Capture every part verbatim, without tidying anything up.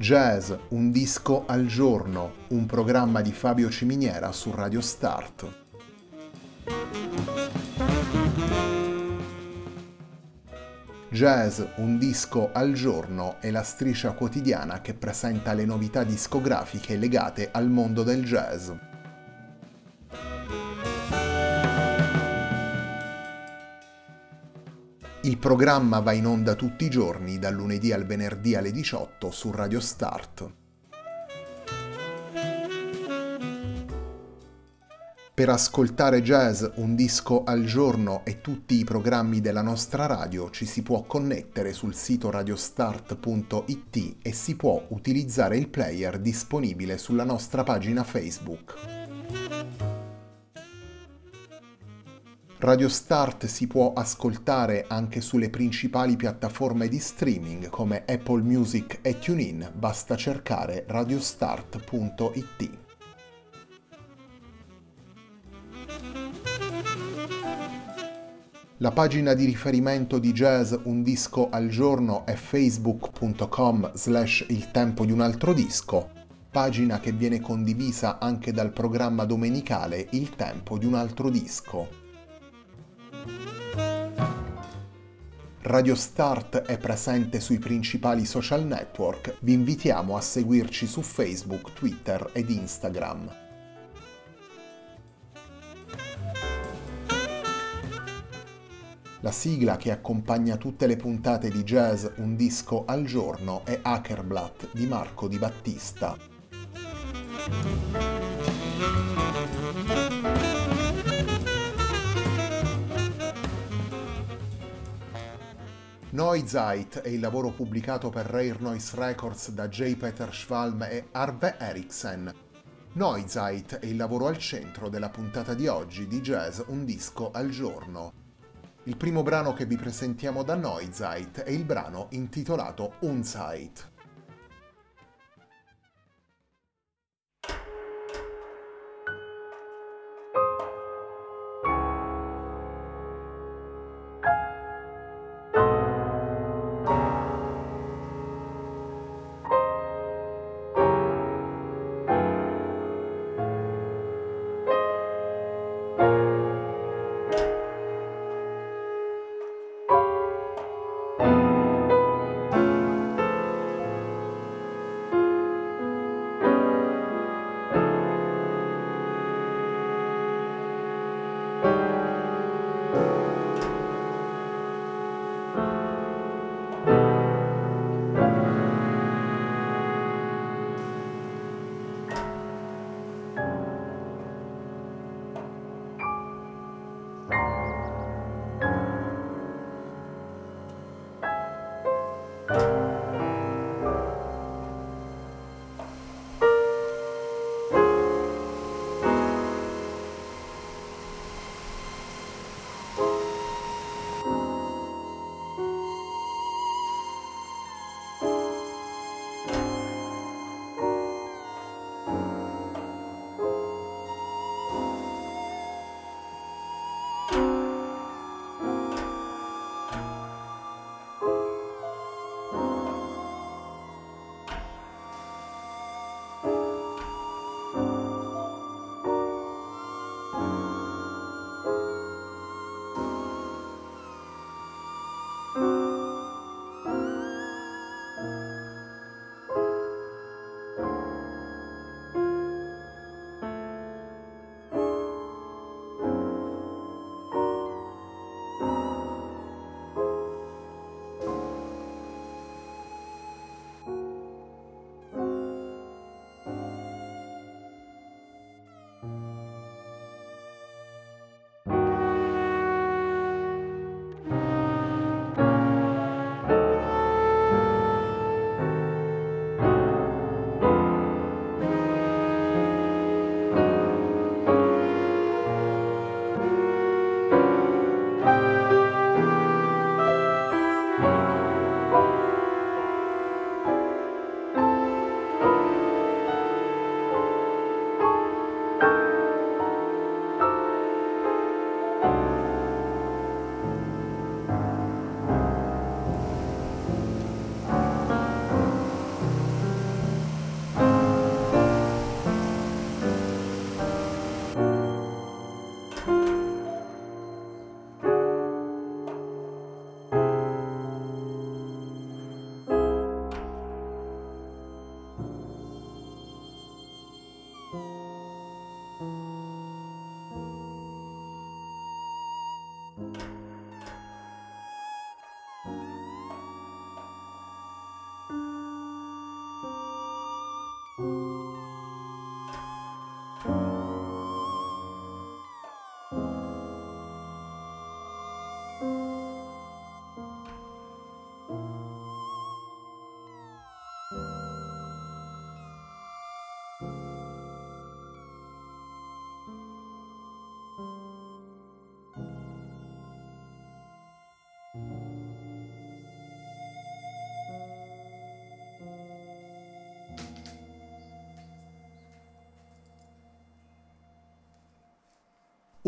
Jazz, un disco al giorno, un programma di Fabio Ciminiera su Radio Start. Jazz, un disco al giorno è la striscia quotidiana che presenta le novità discografiche legate al mondo del jazz. Il programma va in onda tutti i giorni, dal lunedì al venerdì alle diciotto su Radio Start. Per ascoltare Jazz, un disco al giorno e tutti i programmi della nostra radio ci si può connettere sul sito radiostart punto it e si può utilizzare il player disponibile sulla nostra pagina Facebook. Radio Start si può ascoltare anche sulle principali piattaforme di streaming come Apple Music e TuneIn, basta cercare radiostart punto it. La pagina di riferimento di Jazz Un Disco al Giorno è facebook punto com slash il tempo di un altro disco, pagina che viene condivisa anche dal programma domenicale Il tempo di un altro disco. Radio Start è presente sui principali social network, vi invitiamo a seguirci su Facebook, Twitter ed Instagram. La sigla che accompagna tutte le puntate di Jazz Un Disco al Giorno è Hackerblatt di Marco Di Battista. Neuzeit è il lavoro pubblicato per Rare Noise Records da J. Peter Schwalm e Arve Eriksen. Neuzeit è il lavoro al centro della puntata di oggi di Jazz Un Disco al Giorno. Il primo brano che vi presentiamo da Neuzeit è il brano intitolato Unzeit.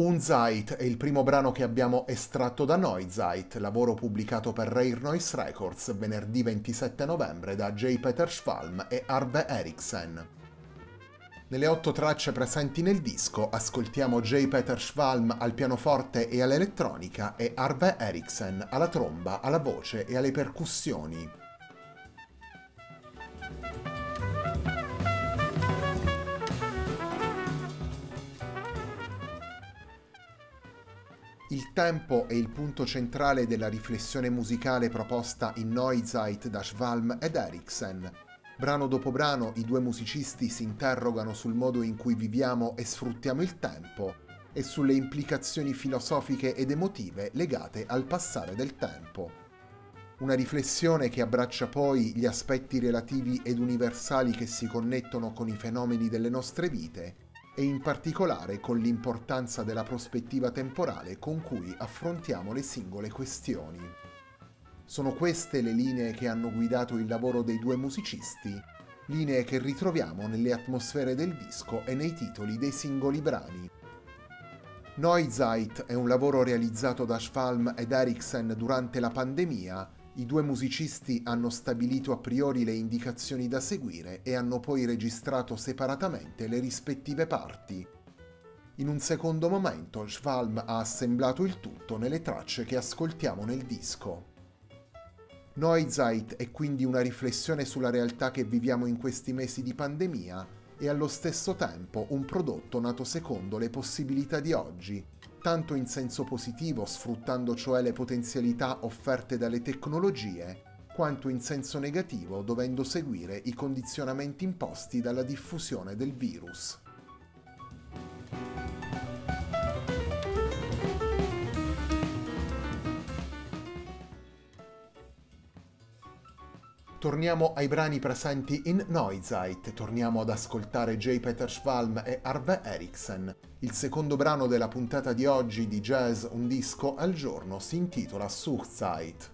Unzeit è il primo brano che abbiamo estratto da Neuzeit, lavoro pubblicato per Rare Noise Records venerdì ventisette novembre da J. Peter Schwalm e Arve Eriksen. Nelle otto tracce presenti nel disco ascoltiamo J. Peter Schwalm al pianoforte e all'elettronica e Arve Eriksen alla tromba, alla voce e alle percussioni. Il tempo è il punto centrale della riflessione musicale proposta in Neuzeit da Schwalm ed Eriksen. Brano dopo brano i due musicisti si interrogano sul modo in cui viviamo e sfruttiamo il tempo e sulle implicazioni filosofiche ed emotive legate al passare del tempo. Una riflessione che abbraccia poi gli aspetti relativi ed universali che si connettono con i fenomeni delle nostre vite e in particolare con l'importanza della prospettiva temporale con cui affrontiamo le singole questioni. Sono queste le linee che hanno guidato il lavoro dei due musicisti, linee che ritroviamo nelle atmosfere del disco e nei titoli dei singoli brani. Neuzeit è un lavoro realizzato da Schwalm ed Eriksen durante la pandemia. I due musicisti hanno stabilito a priori le indicazioni da seguire e hanno poi registrato separatamente le rispettive parti. In un secondo momento Schwalm ha assemblato il tutto nelle tracce che ascoltiamo nel disco. Neuzeit è quindi una riflessione sulla realtà che viviamo in questi mesi di pandemia e allo stesso tempo un prodotto nato secondo le possibilità di oggi, tanto in senso positivo, sfruttando cioè le potenzialità offerte dalle tecnologie, quanto in senso negativo, dovendo seguire i condizionamenti imposti dalla diffusione del virus. Torniamo ai brani presenti in Neuzeit, torniamo ad ascoltare J. Peter Schwalm e Arve Eriksen. Il secondo brano della puntata di oggi di Jazz Un Disco al Giorno si intitola Suchzeit.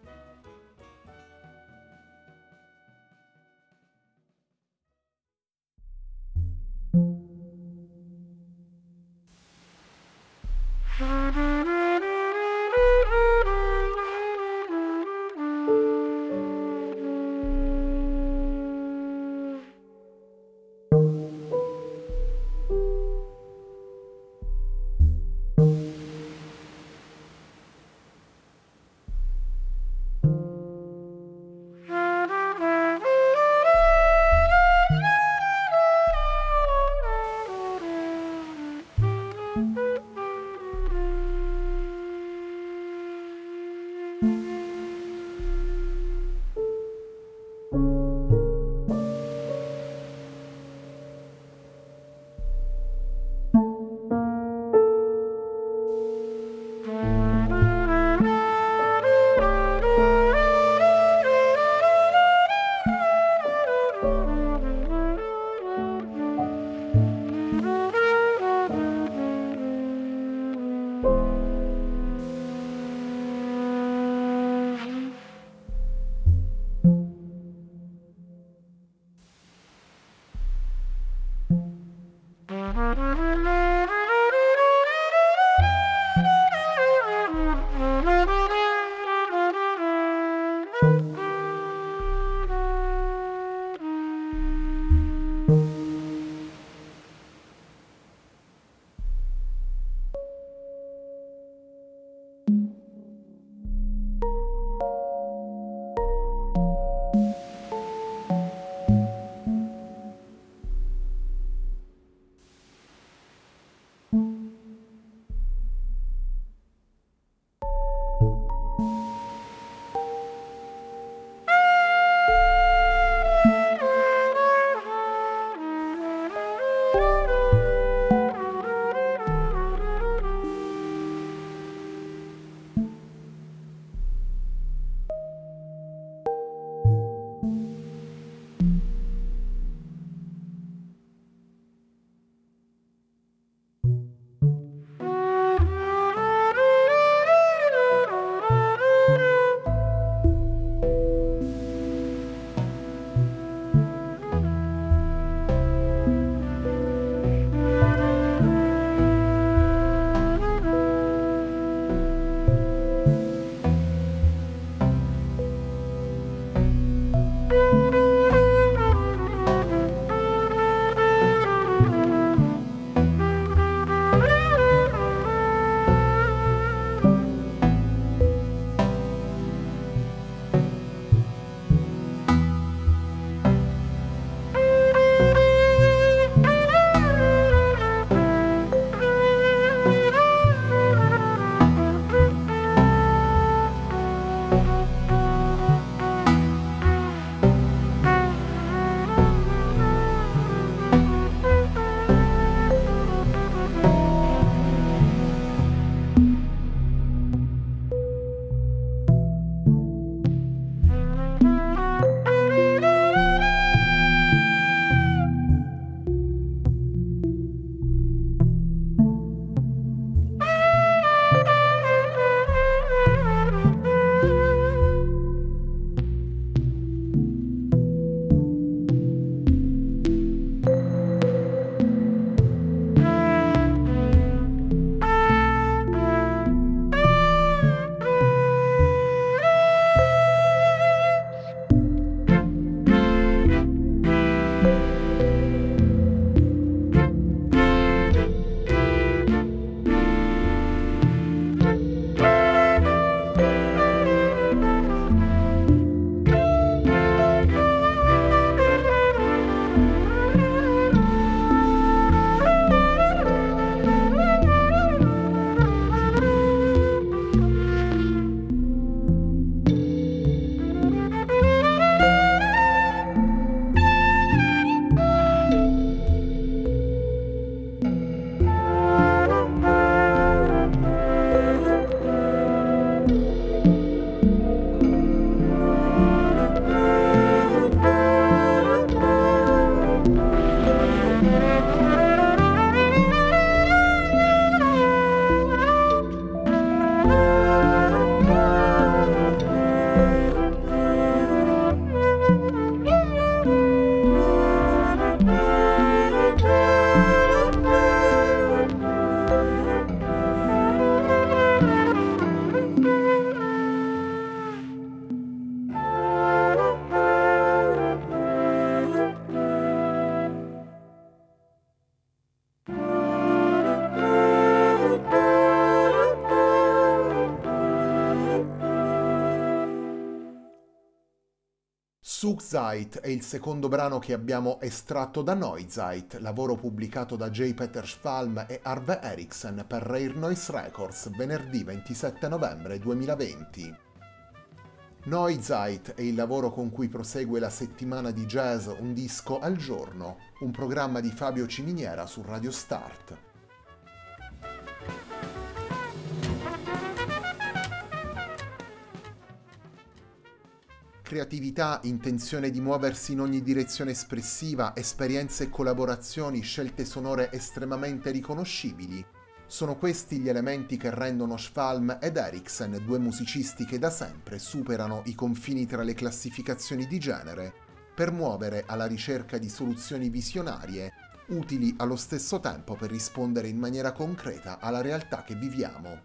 Suchzeit è il secondo brano che abbiamo estratto da Neuzeit, lavoro pubblicato da J. Peter Schwalm e Arve Eriksen per Rare Noise Records venerdì ventisette novembre duemilaventi. Neuzeit è il lavoro con cui prosegue la settimana di jazz Un disco al giorno, un programma di Fabio Ciminiera su Radio Start. Creatività, intenzione di muoversi in ogni direzione espressiva, esperienze e collaborazioni, scelte sonore estremamente riconoscibili. Sono questi gli elementi che rendono Schwalm ed Eriksen due musicisti che da sempre superano i confini tra le classificazioni di genere per muovere alla ricerca di soluzioni visionarie, utili allo stesso tempo per rispondere in maniera concreta alla realtà che viviamo.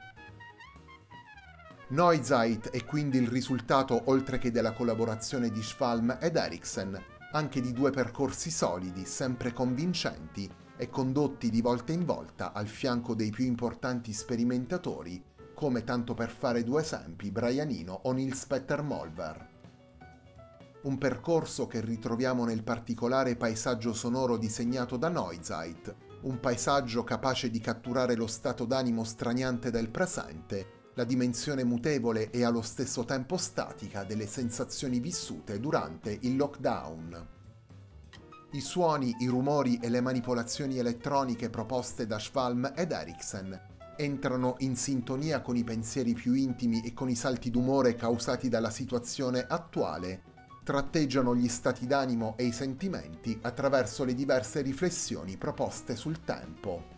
Neuzeit è quindi il risultato, oltre che della collaborazione di Schwalm ed Eriksen, anche di due percorsi solidi, sempre convincenti e condotti di volta in volta al fianco dei più importanti sperimentatori, come, tanto per fare due esempi, Brian Eno o Nils Petter Molver. Un percorso che ritroviamo nel particolare paesaggio sonoro disegnato da Neuzeit, un paesaggio capace di catturare lo stato d'animo straniante del presente, la dimensione mutevole e allo stesso tempo statica delle sensazioni vissute durante il lockdown. I suoni, i rumori e le manipolazioni elettroniche proposte da Schwalm ed Eriksen entrano in sintonia con i pensieri più intimi e con i salti d'umore causati dalla situazione attuale, tratteggiano gli stati d'animo e i sentimenti attraverso le diverse riflessioni proposte sul tempo.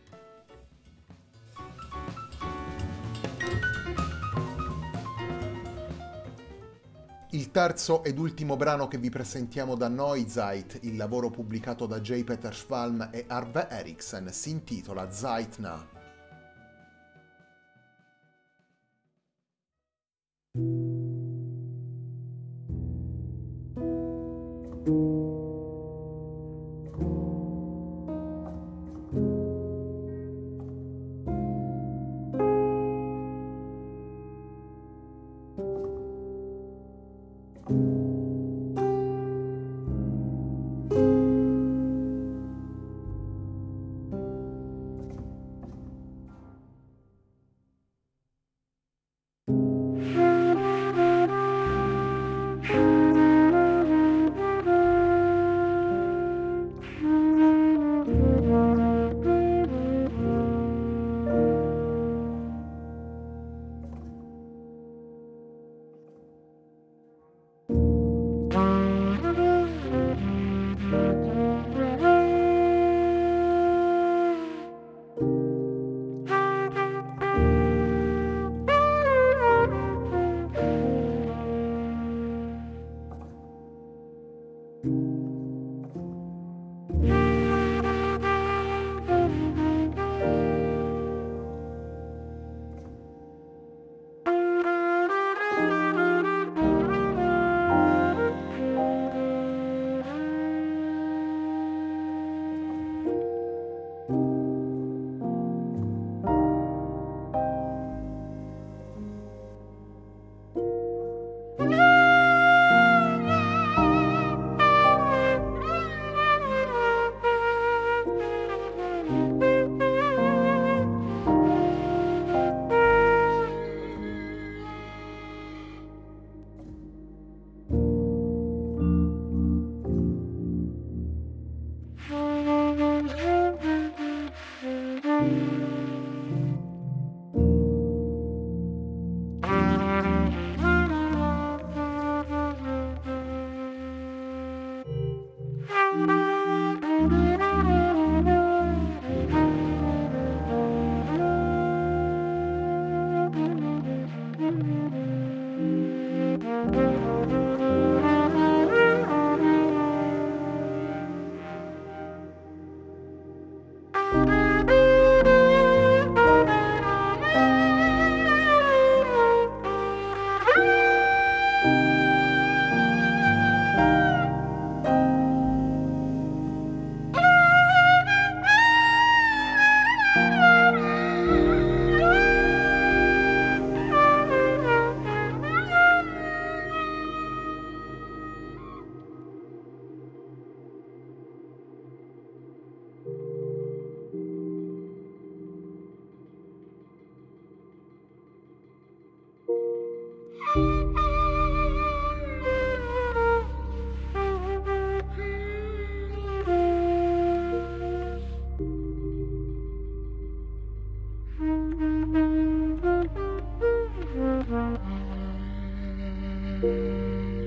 Il terzo ed ultimo brano che vi presentiamo da Neuzeit, il lavoro pubblicato da J. Peter Schwalm e Arve Eriksen, si intitola Zeitnah.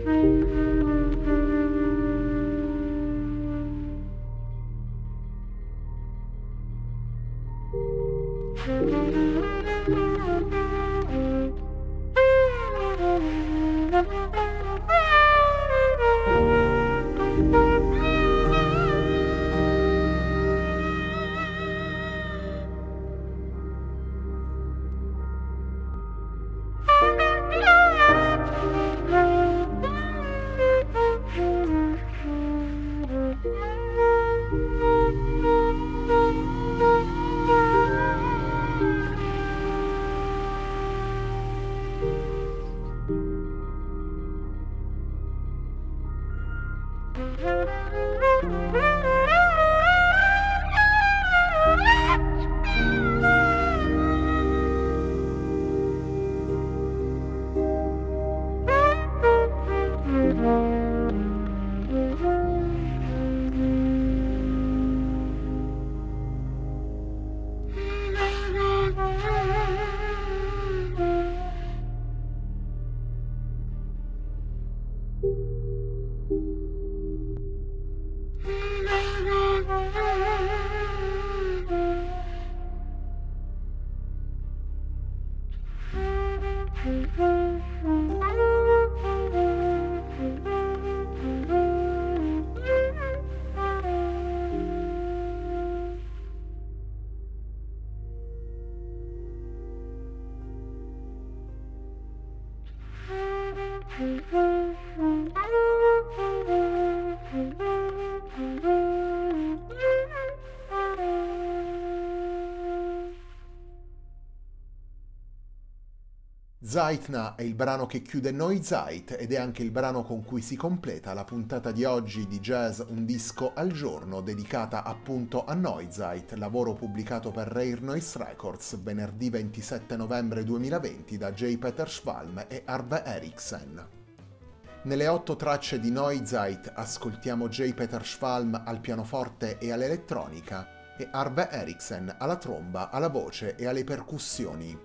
Zeitna è il brano che chiude Neuzeit ed è anche il brano con cui si completa la puntata di oggi di Jazz Un Disco al Giorno, dedicata appunto a Neuzeit, lavoro pubblicato per Rare Noise Records venerdì ventisette novembre duemilaventi da J. Peter Schwalm e Arve Eriksen. Nelle otto tracce di Neuzeit ascoltiamo J. Peter Schwalm al pianoforte e all'elettronica e Arve Eriksen alla tromba, alla voce e alle percussioni.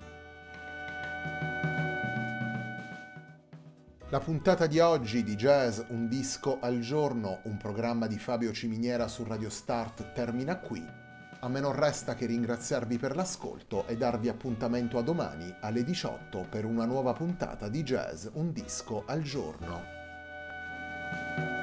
La puntata di oggi di Jazz Un Disco al Giorno, un programma di Fabio Ciminiera su Radio Start, termina qui. A me non resta che ringraziarvi per l'ascolto e darvi appuntamento a domani alle diciotto per una nuova puntata di Jazz Un Disco al Giorno.